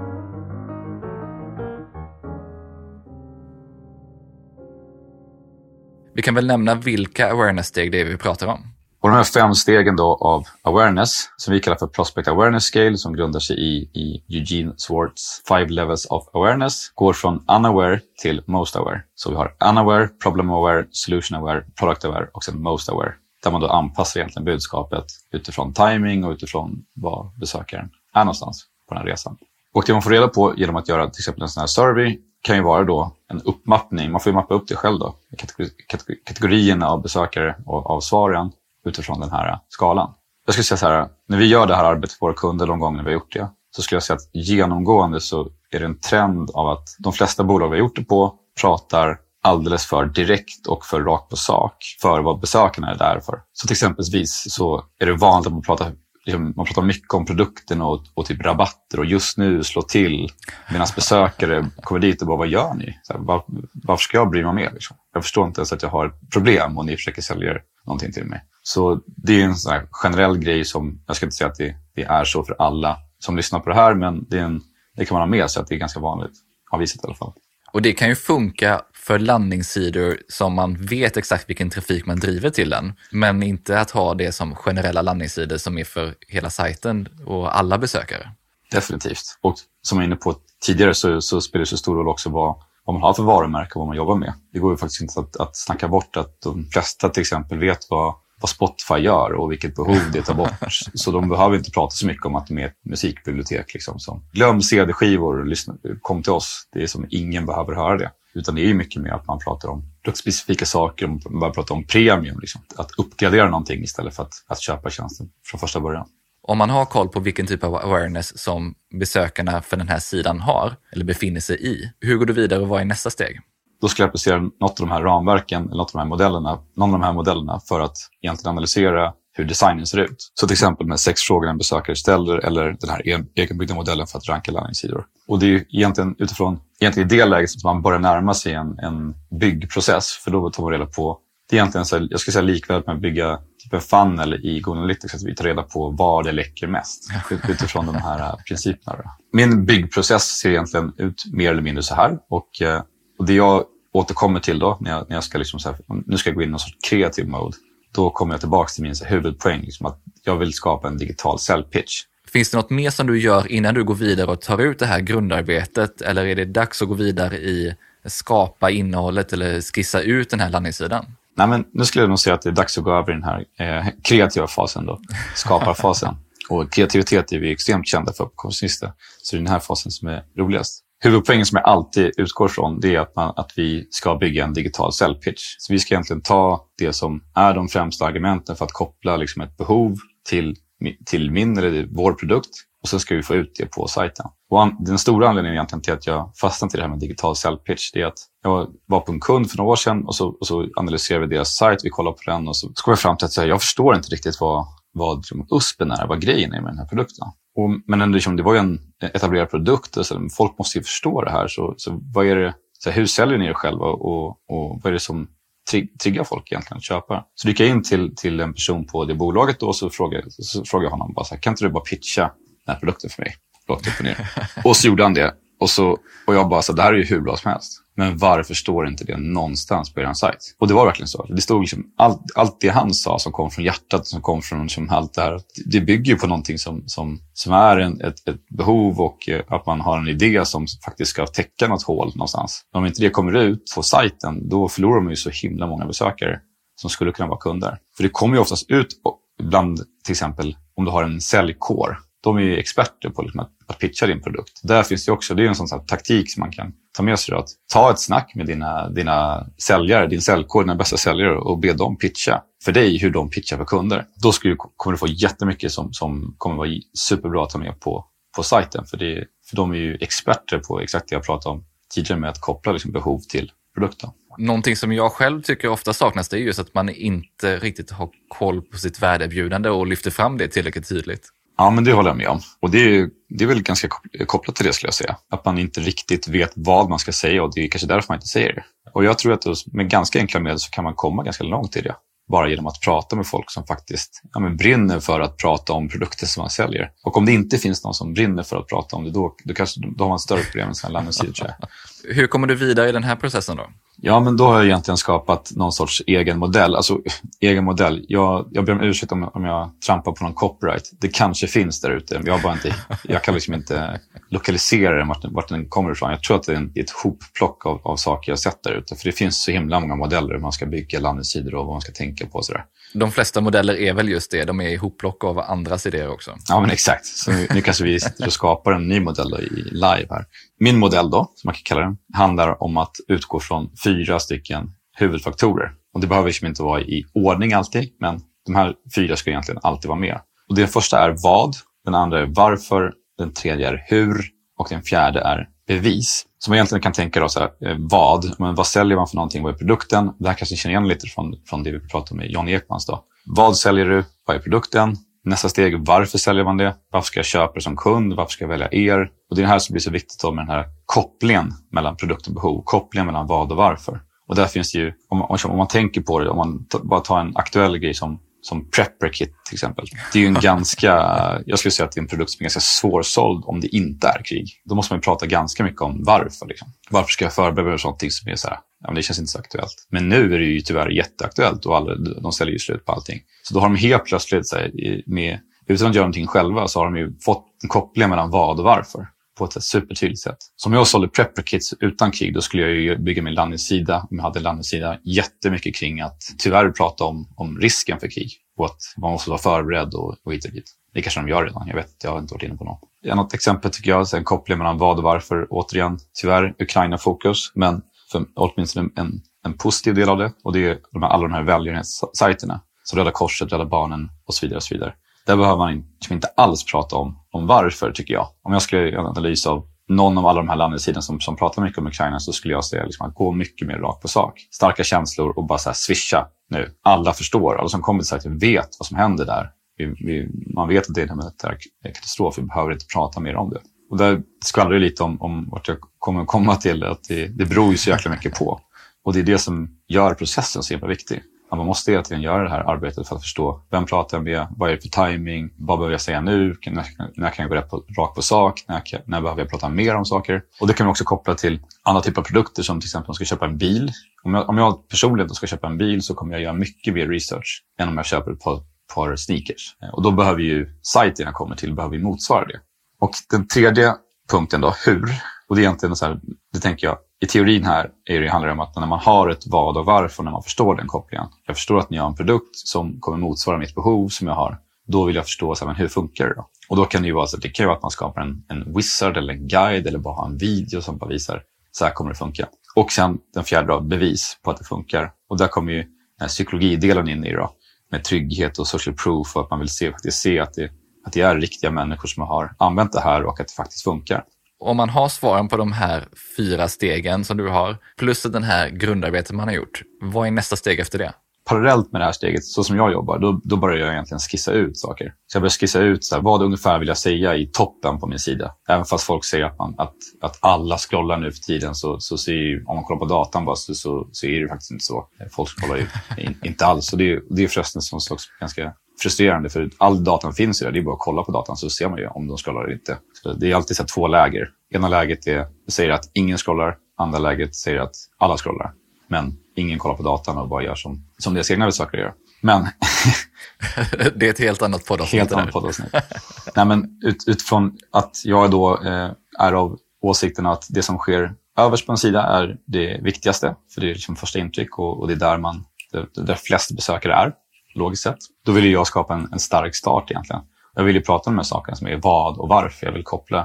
Vi kan väl nämna vilka awareness-steg det är vi pratar om. Och de här 5 stegen då av awareness, som vi kallar för Prospect Awareness Scale, som grundar sig i Eugene Swartz 5 Levels of Awareness, går från unaware till most aware. Så vi har unaware, problem aware, solution aware, product aware och sen most aware. Där man då anpassar egentligen budskapet utifrån timing och utifrån vad besökaren är någonstans på den här resan. Och det man får reda på genom att göra till exempel en sån här survey kan ju vara då en uppmappning. Man får ju mappa upp det själv då, kategorierna av besökare och av svaren utifrån den här skalan. Jag skulle säga så här, när vi gör det här arbetet på våra kunder de gånger vi har gjort det, så skulle jag säga att genomgående så är det en trend av att de flesta bolag vi har gjort det på pratar alldeles för direkt och för rakt på sak för vad besökarna är där för. Så till exempelvis så är det vanligt att man pratar mycket om produkten och typ rabatter och just nu slå till, medan besökare kommer dit och bara, vad gör ni? Så här, varför ska jag bry mig med? Liksom? Jag förstår inte ens att jag har ett problem och ni försöker sälja någonting till mig. Så det är en sån här generell grej som, jag ska inte säga att det är så för alla som lyssnar på det här, men det kan man ha med sig att det är ganska vanligt, har visat i alla fall. Och det kan ju funka för landningssidor som man vet exakt vilken trafik man driver till den, men inte att ha det som generella landningssidor som är för hela sajten och alla besökare. Definitivt. Och som jag var inne på tidigare så spelar det så stor roll också vad man har för varumärke och vad man jobbar med. Det går ju faktiskt inte att snacka bort att de flesta till exempel vet vad Spotify gör och vilket behov det tar bort. Så de behöver inte prata så mycket om att de är ett musikbibliotek. Liksom, som glöm CD-skivor och kom till oss. Det är som ingen behöver höra det. Utan det är ju mycket mer att man pratar om specifika saker. Man bara pratar om premium. Liksom. Att uppgradera någonting istället för att köpa tjänsten från första början. Om man har koll på vilken typ av awareness som besökarna för den här sidan har eller befinner sig i, hur går du vidare och vad är nästa steg? Då ska jag applicera något av de här ramverken eller någon av de här modellerna för att egentligen analysera hur designen ser ut. Så till exempel med 6 frågor en besökare ställer eller den här egenbyggda modellen för att ranka landningssidor. Och det är ju egentligen i det läget som man börjar närma sig en byggprocess, för då tar man reda på, det är egentligen så, jag skulle säga likväl med att bygga typ en funnel i Google Analytics, att vi tar reda på var det läcker mest utifrån de här principerna. Min byggprocess ser egentligen ut mer eller mindre så här, och det jag återkommer till då när jag ska liksom så här, nu ska jag gå in i någon sorts kreativ mode, då kommer jag tillbaka till min så här huvudpoäng, liksom att jag vill skapa en digital säljpitch. Finns det något mer som du gör innan du går vidare och tar ut det här grundarbetet, eller är det dags att gå vidare i skapa innehållet eller skissa ut den här landningssidan? Nej, men nu skulle jag nog säga att det är dags att gå över i den här kreativa fasen då, skaparfasen. Och kreativitet är vi extremt kända för på Konsista, så det är den här fasen som är roligast. Huvudpoängen som jag alltid utgår från, det är att vi ska bygga en digital säljpitch. Så vi ska egentligen ta det som är de främsta argumenten för att koppla liksom ett behov till min eller vår produkt och så ska vi få ut det på sajten. Och den stora anledningen egentligen till att jag fastnade till det här med digital säljpitch, det är att jag var på en kund för några år sedan och så analyserade vi deras sajt, vi kollade på den och så kom jag fram till att jag förstår inte riktigt vad USPen är, vad grejen är med den här produkten. Men liksom, det var ju en etablerad produkt och så folk måste ju förstå det här. Så vad är det, så hur säljer ni er själva och vad är det som triggar folk egentligen att köpa? Så gick jag in till en person på det bolaget då, och så frågade jag honom bara så här, kan inte du bara pitcha den här produkten för mig? Rakt upp och ner. Och så gjorde han det. Och jag bara så det här är ju hur bra som helst. Men varför står inte det någonstans på er sajt? Och det var verkligen så. Det stod liksom allt det han sa som kom från hjärtat, som kom från liksom allt det här. Det bygger ju på någonting som är ett behov och att man har en idé som faktiskt ska täcka något hål någonstans. Om inte det kommer ut på sajten, då förlorar man ju så himla många besökare som skulle kunna vara kunder. För det kommer ju oftast ut ibland, till exempel om du har en säljkår. De är ju experter på liksom att pitcha din produkt. Där finns det också, det är en sån här taktik som man kan ta med sig. Att ta ett snack med dina säljare, din säljkår, dina bästa säljare och be dem pitcha för dig hur de pitchar för kunder. Då kommer du få jättemycket som kommer vara superbra att ta med på sajten. För de är ju experter på exakt det jag pratade om tidigare med att koppla liksom behov till produkten. Någonting som jag själv tycker ofta saknas, det är just att man inte riktigt har koll på sitt värdeerbjudande och lyfter fram det tillräckligt tydligt. Ja, men det håller jag med om. Och det är väl ganska kopplat till det, skulle jag säga. Att man inte riktigt vet vad man ska säga och det är kanske därför man inte säger det. Och jag tror att med ganska enkla medel så kan man komma ganska långt i det. Bara genom att prata med folk som faktiskt brinner för att prata om produkter som man säljer. Och om det inte finns någon som brinner för att prata om det, då har man större problem med sina landningssidor, tror jag. Hur kommer du vidare i den här processen då? Ja, men då har jag egentligen skapat någon sorts egen modell. Alltså, egen modell. Jag ber om ursäkt om jag trampar på någon copyright. Det kanske finns där ute. Jag kan liksom inte lokalisera den vart den kommer ifrån. Jag tror att det är ett hopplock av saker jag sett där ute. För det finns så himla många modeller hur man ska bygga landningssidor och vad man ska tänka på. Sådär. De flesta modeller är väl just det. De är hopplock av andras idéer också. Ja, men exakt. Så nu kanske vi skapar en ny modell i live här. Min modell då, som man kan kalla den, handlar om att utgå från 4 stycken huvudfaktorer. Och det behöver liksom inte vara i ordning alltid, men de här 4 ska egentligen alltid vara med. Och den första är vad, den andra är varför, den tredje är hur och den fjärde är bevis. Så man egentligen kan tänka då så här, vad säljer man för någonting, vad är produkten? Det här kanske känner igen lite från det vi pratade med John Ekmans då. Vad säljer du? Vad är produkten? Nästa steg, varför säljer man det? Varför ska jag köpa det som kund? Varför ska jag välja er? Och det är här som blir så viktigt då med den här kopplingen mellan produkt och behov. Kopplingen mellan vad och varför. Och där finns det ju, om man tänker på det, om man bara tar en aktuell grej som Prepper Kit till exempel. Det är ju en jag skulle säga att det är en produkt som är ganska svårsåld om det inte är krig. Då måste man ju prata ganska mycket om varför. Liksom. Varför ska jag förbereda mig för någonting som är så här, men det känns inte så aktuellt. Men nu är det ju tyvärr jätteaktuellt och de säljer ju slut på allting. Så då har de helt plötsligt, så här, utan att göra någonting själva, så har de ju fått en koppling mellan vad och varför. På ett supertydligt sätt. Som jag sålde Prepper Kits utan krig, då skulle jag ju bygga min landningssida. Om jag hade en landningssida jättemycket kring att tyvärr prata om risken för krig. Och att man måste vara förberedd och hit och dit. Det kanske de gör redan, jag har inte varit inne på något. Ett annat exempel tycker jag är en koppling mellan vad och varför. Återigen, tyvärr Ukraina-fokus, men åtminstone en positiv del av det. Och det är alla de här välgörenhetssajterna. Så Röda Korset, Rädda Barnen och så vidare och så vidare. Där behöver man inte alls prata om varför, tycker jag. Om jag skulle göra en analys av någon av alla de här landsidorna som pratar mycket om Ukraina, så skulle jag säga liksom att gå mycket mer rakt på sak. Starka känslor och bara så här swisha nu. Alla förstår, alla som kommer till sajten vet vad som händer där. Man vet att det är en militär katastrof, vi behöver inte prata mer om det. Och där skvallrar det lite om vart jag kommer komma till, att det beror ju så jäkla mycket på. Och det är det som gör processen så himla viktig. Man måste hela tiden göra det här arbetet för att förstå vem pratar jag med, vad är det för timing, vad behöver jag säga nu, när kan jag gå rakt på sak, när behöver jag prata mer om saker. Och det kan vi också koppla till andra typer av produkter, som till exempel om jag ska köpa en bil. Om jag personligen ska köpa en bil, så kommer jag göra mycket mer research än om jag köper ett par sneakers. Och då behöver ju sajten jag kommer till behöver motsvara det. Och den tredje punkten då, hur? Och det är egentligen så här, det tänker jag, i teorin här handlar det om att när man har ett vad och varför, när man förstår den kopplingen. Jag förstår att ni har en produkt som kommer motsvara mitt behov som jag har. Då vill jag förstå så här, men hur funkar det då? Och då kan det ju vara så att det kan ju vara att man skapar en wizard eller en guide eller bara ha en video som bara visar så här kommer det funka. Och sen den fjärde då, bevis på att det funkar. Och där kommer ju den här psykologidelen in i då. med trygghet och social proof, och att man vill se att det är riktiga människor som har använt det här och att det faktiskt funkar. Om man har svaren på de här 4 stegen som du har, plus den här grundarbetet man har gjort, vad är nästa steg efter det? Parallellt med det här steget, så som jag jobbar, då börjar jag egentligen skissa ut saker. Så jag börjar skissa ut så här, vad ungefär vill jag säga i toppen på min sida. Även fast folk säger att alla scrollar nu för tiden, så ser ju, om man kollar på datan bara, så är det faktiskt inte så. Folk scrollar ju inte alls. Och det är förresten som slags ganska frustrerande, för all datan finns ju där. Det är bara att kolla på datan så ser man ju om de scrollar eller inte. Så det är alltid så här 2 läger. Ena läget säger att ingen scrollar, andra läget säger att alla scrollar. Men ingen kollar på datan och bara gör som deras egna besökare gör. Men det är ett helt annat poddavsnitt. Helt annat poddavsnitt. Nej, men utifrån att jag då är av åsikten att det som sker överst på en sida är det viktigaste. För det är liksom första intryck och det är där flest besökare är, logiskt sett. Då vill jag skapa en stark start egentligen. Jag vill ju prata om de här sakerna som är vad och varför. Jag vill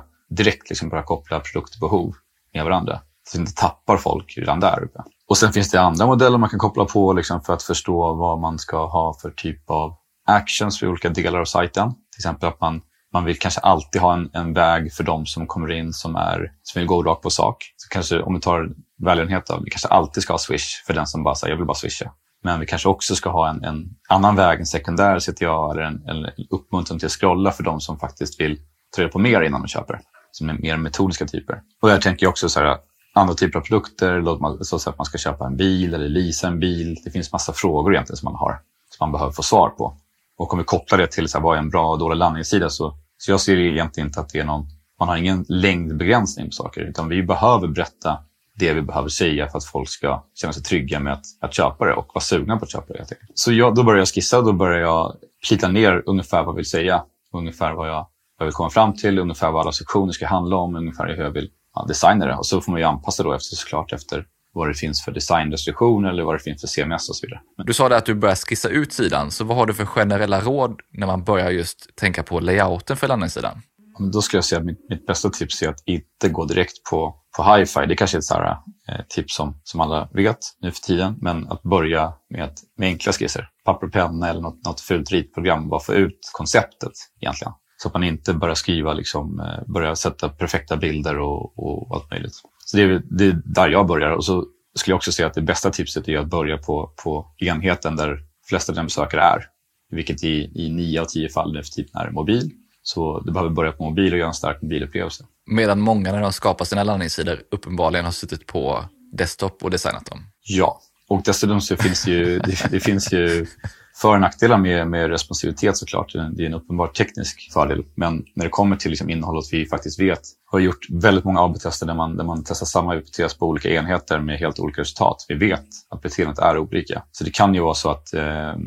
börja koppla produktbehov med varandra. Så inte tappar folk redan där uppe. Och sen finns det andra modeller man kan koppla på liksom, för att förstå vad man ska ha för typ av actions för olika delar av sajten. Till exempel att man vill kanske alltid ha en väg för de som kommer in som vill gå rakt på sak. Så kanske, om vi tar välgörenhet då, vi kanske alltid ska ha Swish för den som bara säger jag vill bara swisha. Men vi kanske också ska ha en annan väg, en sekundär CTA eller en uppmuntran till att scrolla för de som faktiskt vill ta reda på mer innan de köper. Som är mer metodiska typer. Och jag tänker också så här, andra typer av produkter, så att man ska köpa en bil eller leasa en bil. Det finns massa frågor egentligen som man har, som man behöver få svar på. Och om vi kopplar det till så här, vad är en bra och dålig landningssida, så jag ser egentligen inte att det är man har ingen längdbegränsning på saker, utan vi behöver berätta det vi behöver säga för att folk ska känna sig trygga med att köpa det och vara sugna på att köpa det. Så då börjar jag skissa, då börjar jag plita ner ungefär vad jag vill säga, ungefär vad jag vill komma fram till, ungefär vad alla sektioner ska handla om, ungefär hur jag vill designa det. Och så får man ju anpassa då efter vad det finns för designrestriktioner eller vad det finns för CMS och så vidare. Du sa det att du börjar skissa ut sidan, så vad har du för generella råd när man börjar just tänka på layouten för landningssidan? Då skulle jag säga att mitt bästa tips är att inte gå direkt på hi-fi. Det är kanske ett så här tips som alla vet nu för tiden, men att börja med enkla skisser. Papper och penna eller något fult ritprogram, bara få ut konceptet egentligen. Så att man inte börjar skriva, börjar sätta perfekta bilder och allt möjligt. Så det är där jag börjar. Och så skulle jag också säga att det bästa tipset är att börja på enheten där flesta av dina besökare är. Vilket i 9 av 10 fall nu för tiden är mobil. Så du behöver börja på mobil och göra en stark mobilupplevelse. Medan många när de skapar sina landningssidor uppenbarligen har suttit på desktop och designat dem. Ja, och dessutom så finns det finns ju för- och nackdelar med responsivitet såklart. Det är en uppenbar teknisk fördel. Men när det kommer till innehållet vi faktiskt vet, har gjort väldigt många AB-tester där man testar samma hypotes på olika enheter med helt olika resultat. Vi vet att beteendet är olika. Så det kan ju vara så att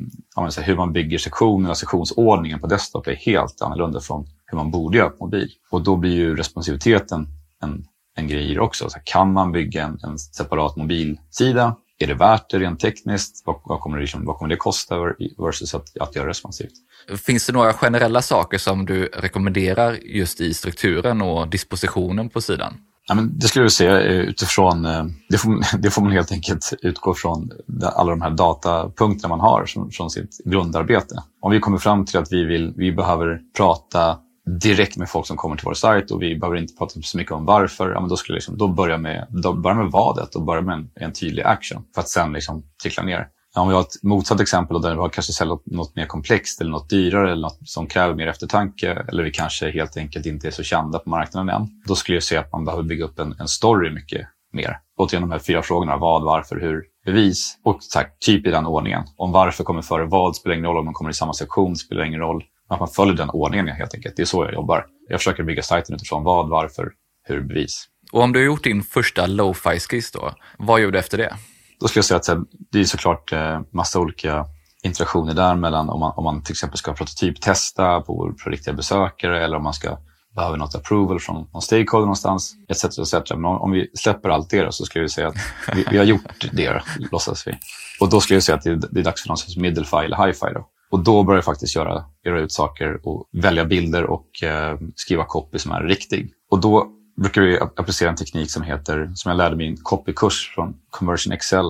hur man bygger sektionerna, sektionsordningen på desktop är helt annorlunda från hur man borde göra på mobil. Och då blir ju responsiviteten en grej också. Så kan man bygga en separat mobilsida? Är det värt det rent tekniskt? Vad kommer det kosta versus att göra responsivt? Finns det några generella saker som du rekommenderar just i strukturen och dispositionen på sidan? Ja, men det skulle jag säga utifrån, det får man helt enkelt utgå från alla de här datapunkterna man har från sitt grundarbete. Om vi kommer fram till att vi behöver prata direkt med folk som kommer till vår sajt och vi behöver inte prata så mycket om varför, ja, men då skulle då börja med vadet och börja med en tydlig action för att sen trickla ner. Ja, om vi har ett motsatt exempel där vi har kanske säljer något mer komplext eller något dyrare eller något som kräver mer eftertanke eller vi kanske helt enkelt inte är så kända på marknaden än, då skulle jag säga att man behöver bygga upp en story mycket mer. Återigen de här 4 frågorna, vad, varför, hur, bevis och typ i den ordningen. Om varför kommer före vad spelar ingen roll, om man kommer i samma sektion spelar ingen roll. Att man följer den ordningen helt enkelt. Det är så jag jobbar. Jag försöker bygga sajten utifrån vad, varför, hur, bevis. Och om du har gjort din första lo-fi-skiss då, vad gjorde du efter det? Då skulle jag säga att det är såklart massa olika interaktioner där mellan om man till exempel ska prototyptesta på riktiga besökare eller om man ska behöva något approval från någon stakeholder någonstans, etc. Men om vi släpper allt det då, så skulle vi säga att vi har gjort det, låtsas vi. Och då skulle jag säga att det är dags för någon sorts middle-fi eller hi-fi då. Och då börjar jag faktiskt göra ut saker och välja bilder och skriva copy som är riktig. Och då brukar vi applicera en teknik som jag lärde mig i en copykurs från Conversion Excel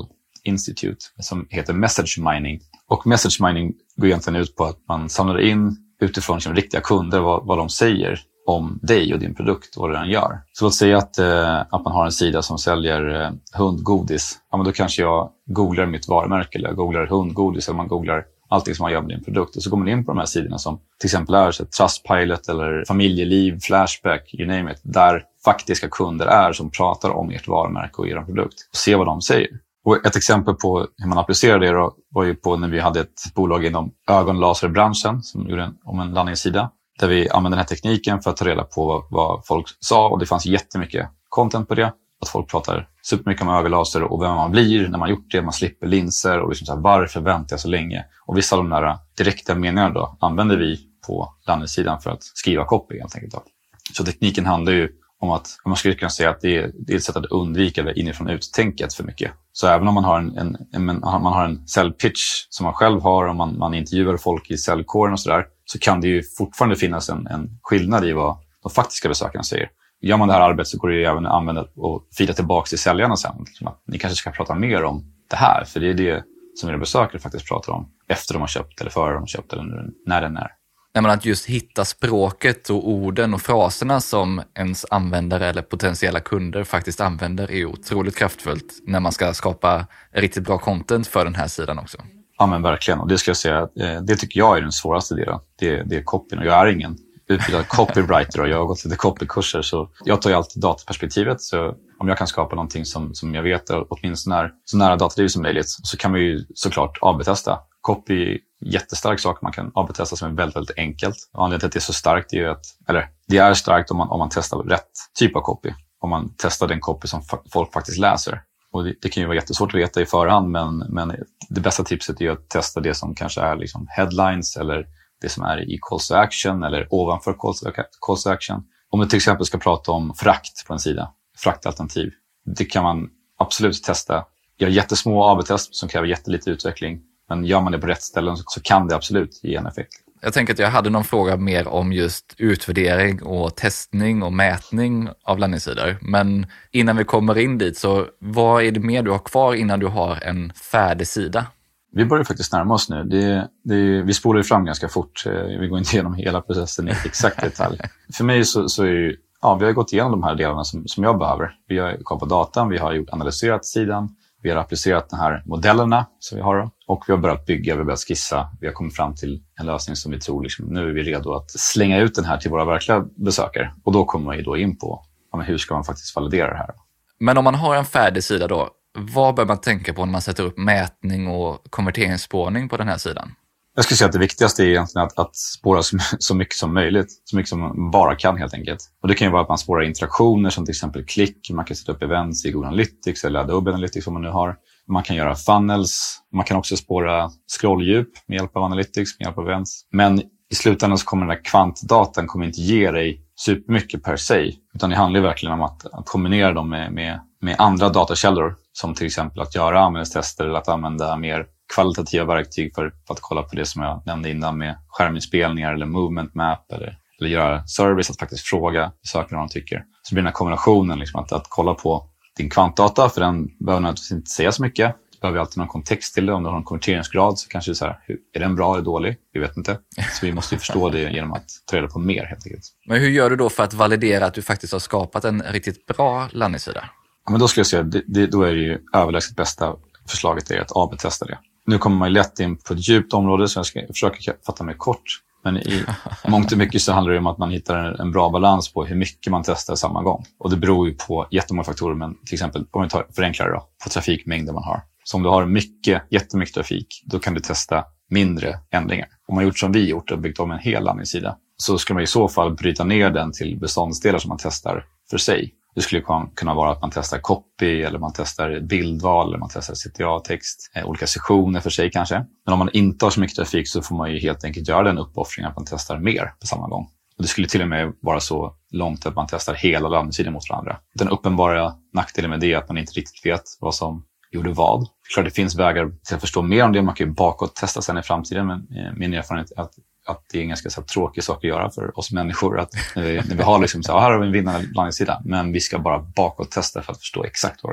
Institute som heter Message Mining. Och Message Mining går egentligen ut på att man samlar in utifrån sina riktiga kunder vad de säger om dig och din produkt och vad den gör. Så låt säga att man har en sida som säljer hundgodis. Ja, men då kanske jag googlar mitt varumärke eller jag googlar hundgodis eller man googlar allting som man gör med din produkt. Och så går man in på de här sidorna som till exempel är så Trustpilot eller Familjeliv, Flashback, you name it. Där faktiska kunder är som pratar om ert varumärke och er produkt. Och se vad de säger. Och ett exempel på hur man applicerar det då var ju på när vi hade ett bolag inom ögonlaserbranschen som gjorde om en landningssida. Där vi använde den här tekniken för att ta reda på vad folk sa. Och det fanns jättemycket content på det. Att folk pratar supermycket om ögonlaser och vem man blir när man gjort det. Man slipper linser och liksom så här, varför väntar jag så länge? Och vissa av de där direkta meningarna då använder vi på landningssidan för att skriva copy helt enkelt. Så tekniken handlar ju om att man skulle kunna säga att det är ett sätt att undvika det inifrån uttänket för mycket. Så även om man har en säljpitch som man själv har och man intervjuar folk i säljkåren och sådär, så kan det ju fortfarande finnas en skillnad i vad de faktiska besökarna säger. Gör man det här arbetet så går det ju även att använda och fida tillbaka till säljarna sen. Att ni kanske ska prata mer om det här, för det är det som era besökare faktiskt pratar om efter de har köpt eller före de har köpt eller när den är. Nej, men att just hitta språket och orden och fraserna som ens användare eller potentiella kunder faktiskt använder är otroligt kraftfullt när man ska skapa riktigt bra content för den här sidan också. Ja, men verkligen. Och det ska jag säga, det tycker jag är den svåraste delen. Det är copyn. Och jag är ingen utbildad copywriter och jag har gått lite copykurser. Så jag tar ju alltid dataperspektivet. Så om jag kan skapa någonting som jag vet åtminstone är så nära datadrivet som möjligt, så kan man ju såklart AB-testa. Copy är jättestark sak man kan AB-testa som är väldigt, väldigt enkelt. Och anledningen till att det är så starkt är ju det är starkt om man testar rätt typ av copy. Om man testar den copy som folk faktiskt läser. Och det kan ju vara jättesvårt att veta i förhand, men det bästa tipset är ju att testa det som kanske är liksom headlines eller det som är i calls to action eller ovanför calls to action. Om du till exempel ska prata om frakt på en sida, fraktalternativ, det kan man absolut testa. Gör jättesmå AB-test som kräver jättelite utveckling, men gör man det på rätt ställen så kan det absolut ge en effekt. Jag tänker att jag hade någon fråga mer om just utvärdering och testning och mätning av landningssidor. Men innan vi kommer in dit, så vad är det mer du har kvar innan du har en färdig sida? Vi börjar faktiskt närma oss nu. Vi spolar fram ganska fort. Vi går inte igenom hela processen i exakt detalj. För mig så är ju, vi har gått igenom de här delarna som jag behöver. Vi har kollat på datan, vi har analyserat sidan. Vi har applicerat de här modellerna som vi har och vi har börjat bygga, vi har börjat skissa. Vi har kommit fram till en lösning som vi tror nu är vi redo att slänga ut den här till våra verkliga besökare. Och då kommer vi då in på hur ska man faktiskt validera det här. Men om man har en färdig sida då, vad bör man tänka på när man sätter upp mätning och konverteringsspårning på den här sidan? Jag skulle säga att det viktigaste är egentligen att spåra så mycket som möjligt. Så mycket som man bara kan helt enkelt. Och det kan ju vara att man spårar interaktioner som till exempel klick. Man kan sätta upp events i Google Analytics eller Adobe Analytics som man nu har. Man kan göra funnels. Man kan också spåra scrolldjup med hjälp av Analytics, med hjälp av events. Men i slutändan så kommer den där kvantdatan kommer inte ge dig supermycket per se. Utan det handlar verkligen om att kombinera dem med andra datakällor. Som till exempel att göra användningstester eller att använda mer kvalitativa verktyg för att kolla på det som jag nämnde innan med skärminspelningar eller movement map eller göra service, att faktiskt fråga besökarna vad de tycker. Så blir den här kombinationen liksom att kolla på din kvantdata, för den behöver naturligtvis inte säga så mycket. Du behöver alltid någon kontext till det. Om du har en konverteringsgrad så kanske det är så här, är den bra eller dålig? Vi vet inte. Så vi måste ju förstå det genom att ta reda på mer helt enkelt. Men hur gör du då för att validera att du faktiskt har skapat en riktigt bra landningssida? Ja, men då skulle jag säga, då är det ju överlägset bästa förslaget är att AB-testa det. Nu kommer man ju lätt in på ett djupt område, så jag ska försöka fatta mig kort. Men i mångt och mycket så handlar det om att man hittar en bra balans på hur mycket man testar samma gång. Och det beror ju på jättemånga faktorer, men till exempel om vi tar förenklare då, på trafikmängden man har. Så om du har jättemycket trafik, då kan du testa mindre ändringar. Om man gjort som vi gjort och byggt om en hel landningssida, så ska man i så fall bryta ner den till beståndsdelar som man testar för sig. Det skulle kunna vara att man testar copy eller man testar bildval eller man testar CTA-text, olika sektioner för sig kanske. Men om man inte har så mycket trafik så får man ju helt enkelt göra den uppoffringen att man testar mer på samma gång. Och det skulle till och med vara så långt att man testar hela landningssidan mot varandra. Den uppenbara nackdelen med det är att man inte riktigt vet vad som gjorde vad. Klart det finns vägar till att förstå mer om det. Man kan ju bakåt testa sen i framtiden, men min erfarenhet är att det är en ganska så tråkig sak att göra för oss människor. Att när vi har liksom så här har vi en vinnande landningssida, men vi ska bara bakåt testa för att förstå exakt vad det var.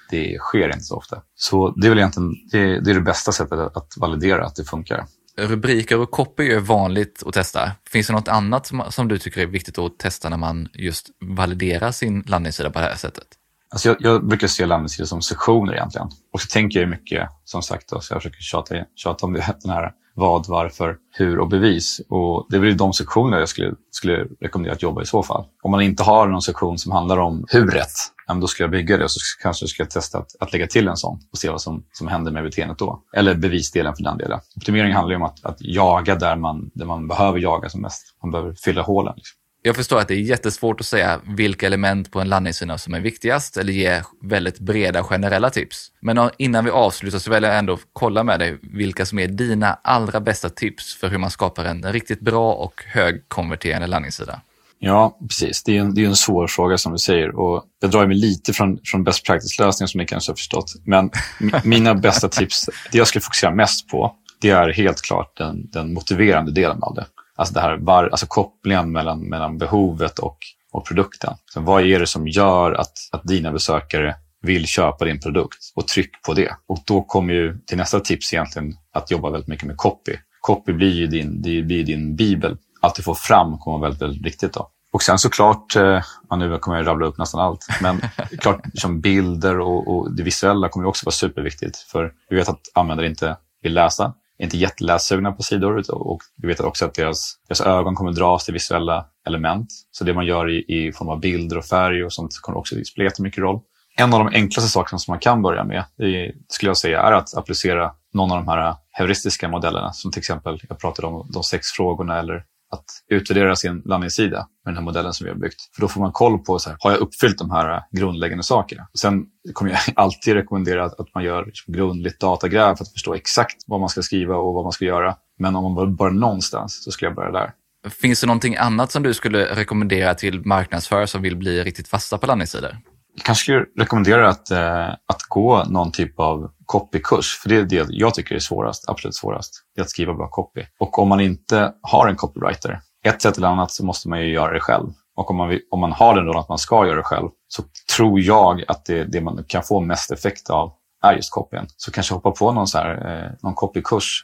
det sker inte så ofta. Så det är väl egentligen det är det bästa sättet att validera att det funkar. Rubriker och copy är vanligt att testa. Finns det något annat som du tycker är viktigt att testa när man just validerar sin landningssida på det här sättet? Alltså jag brukar se landningssidor som sektioner egentligen. Och så tänker jag mycket, som sagt, då, så jag försöker tjata om det, den här vad, varför, hur och bevis. Och det är väl de sektioner jag skulle rekommendera att jobba i så fall. Om man inte har någon sektion som handlar om huret, då ska jag bygga det och så kanske jag ska testa att lägga till en sån och se vad som händer med beteendet då. Eller bevisdelen för den delen. Optimering handlar ju om att jaga där man behöver jaga som mest. Man behöver fylla hålen. Liksom. Jag förstår att det är jättesvårt att säga vilka element på en landningssida som är viktigast eller ge väldigt breda generella tips. Men innan vi avslutar så vill jag ändå kolla med dig vilka som är dina allra bästa tips för hur man skapar en riktigt bra och högkonverterande landningssida. Ja, precis. Det är en svår fråga som du säger och jag drar mig lite från best practice-lösningar som ni kanske har förstått. Men mina bästa tips, det jag skulle fokusera mest på, det är helt klart den motiverande delen av det. Alltså det här alltså kopplingen mellan behovet och produkten. Så vad är det som gör att dina besökare vill köpa din produkt och tryck på det. Och då kommer ju till nästa tips egentligen att jobba väldigt mycket med copy. Copy blir ju din bibel. Allt du får fram kommer väldigt, väldigt viktigt då. Och sen såklart, nu kommer jag rabbla upp nästan allt, men klart som bilder och det visuella kommer också vara superviktigt. För vi vet att användare inte vill läsa. Inte jättelässugna på sidor och vi vet också att deras ögon kommer dras till visuella element. Så det man gör i form av bilder och färg och sånt kommer också spela mycket roll. En av de enklaste sakerna som man kan börja med skulle jag säga är att applicera någon av de här heuristiska modellerna. Som till exempel, jag pratade om de 6 frågorna eller att utvärdera sin landningssida med den här modellen som vi har byggt. För då får man koll på, har jag uppfyllt de här grundläggande sakerna? Sen kommer jag alltid rekommendera att man gör grundligt datagräv för att förstå exakt vad man ska skriva och vad man ska göra. Men om man börjar någonstans så skulle jag börja där. Finns det någonting annat som du skulle rekommendera till marknadsförare som vill bli riktigt fasta på landningssidor? Jag kanske skulle rekommendera att gå någon typ av copykurs. För det är det jag tycker är svårast, absolut svårast. Det är att skriva bra copy. Och om man inte har en copywriter, ett sätt eller annat så måste man ju göra det själv. Och om man har den rollen att man ska göra det själv så tror jag att det man kan få mest effekt av är just copyn. Så kanske hoppa på någon copykurs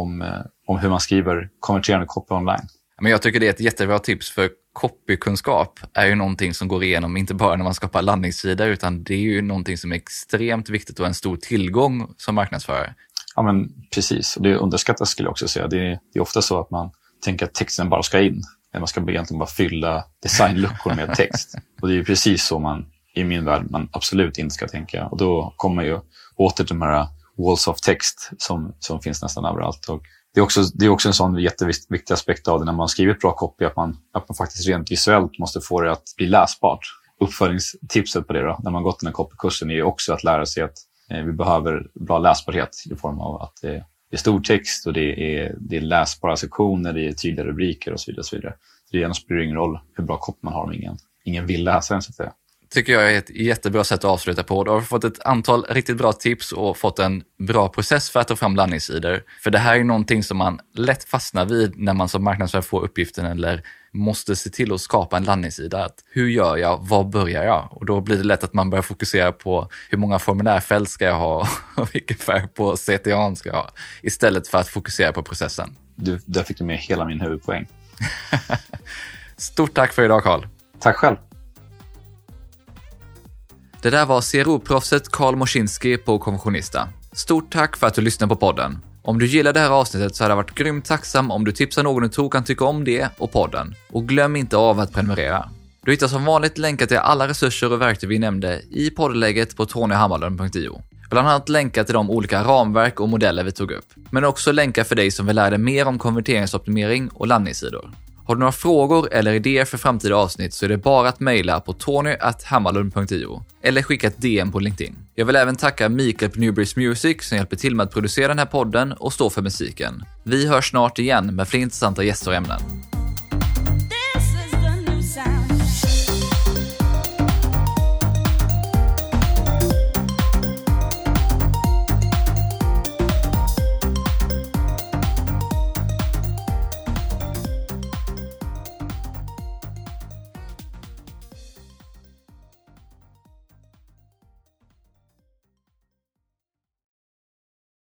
om hur man skriver konverterande copy online. Men jag tycker det är ett jättebra tips för copykunskap är ju någonting som går igenom inte bara när man skapar landningssidor utan det är ju någonting som är extremt viktigt och en stor tillgång som marknadsförare. Ja men precis, och det underskattas skulle jag också säga. Det är ofta så att man tänker att texten bara ska in. Man ska egentligen bara fylla designluckor med text. Och det är ju precis så man i min värld man absolut inte ska tänka. Och då kommer ju åter till de här walls of text som finns nästan överallt. Och det är också en sån jätteviktig aspekt av det när man skriver ett bra copy att man faktiskt rent visuellt måste få det att bli läsbart. Uppföljningstipset på det då, när man gått den här copykursen är ju också att lära sig att vi behöver bra läsbarhet i form av att det är stor text och det är läsbara sektioner, det är tydliga rubriker och så vidare. Och så vidare. Det annars spelar ingen roll hur bra copy man har om ingen vill läsa den så att säga. Tycker jag är ett jättebra sätt att avsluta på. Du har fått ett antal riktigt bra tips och fått en bra process för att ta fram landningssidor. För det här är någonting som man lätt fastnar vid när man som marknadsförare får uppgiften eller måste se till att skapa en landningssida. Att hur gör jag? Var börjar jag? Och då blir det lätt att man börjar fokusera på hur många formulärfält ska jag ha och vilken färg på CTA ska jag ha. Istället för att fokusera på processen. Där fick du med hela min huvudpoäng. Stort tack för idag, Carl. Tack själv. Det där var CRO-proffset Carl Moszinski på Konventionista. Stort tack för att du lyssnade på podden. Om du gillar det här avsnittet så hade jag varit grymt tacksam om du tipsar någon du tror kan tycka om det och podden. Och glöm inte av att prenumerera. Du hittar som vanligt länkar till alla resurser och verktyg vi nämnde i poddlägget på tonyhammarlund.io. Bland annat länkar till de olika ramverk och modeller vi tog upp. Men också länkar för dig som vill lära dig mer om konverteringsoptimering och landningssidor. Har du några frågor eller idéer för framtida avsnitt så är det bara att mejla på tony@hammarlund.io eller skicka ett DM på LinkedIn. Jag vill även tacka Mikael på Newbreeze Music som hjälper till med att producera den här podden och stå för musiken. Vi hörs snart igen med fler intressanta gäster och ämnen.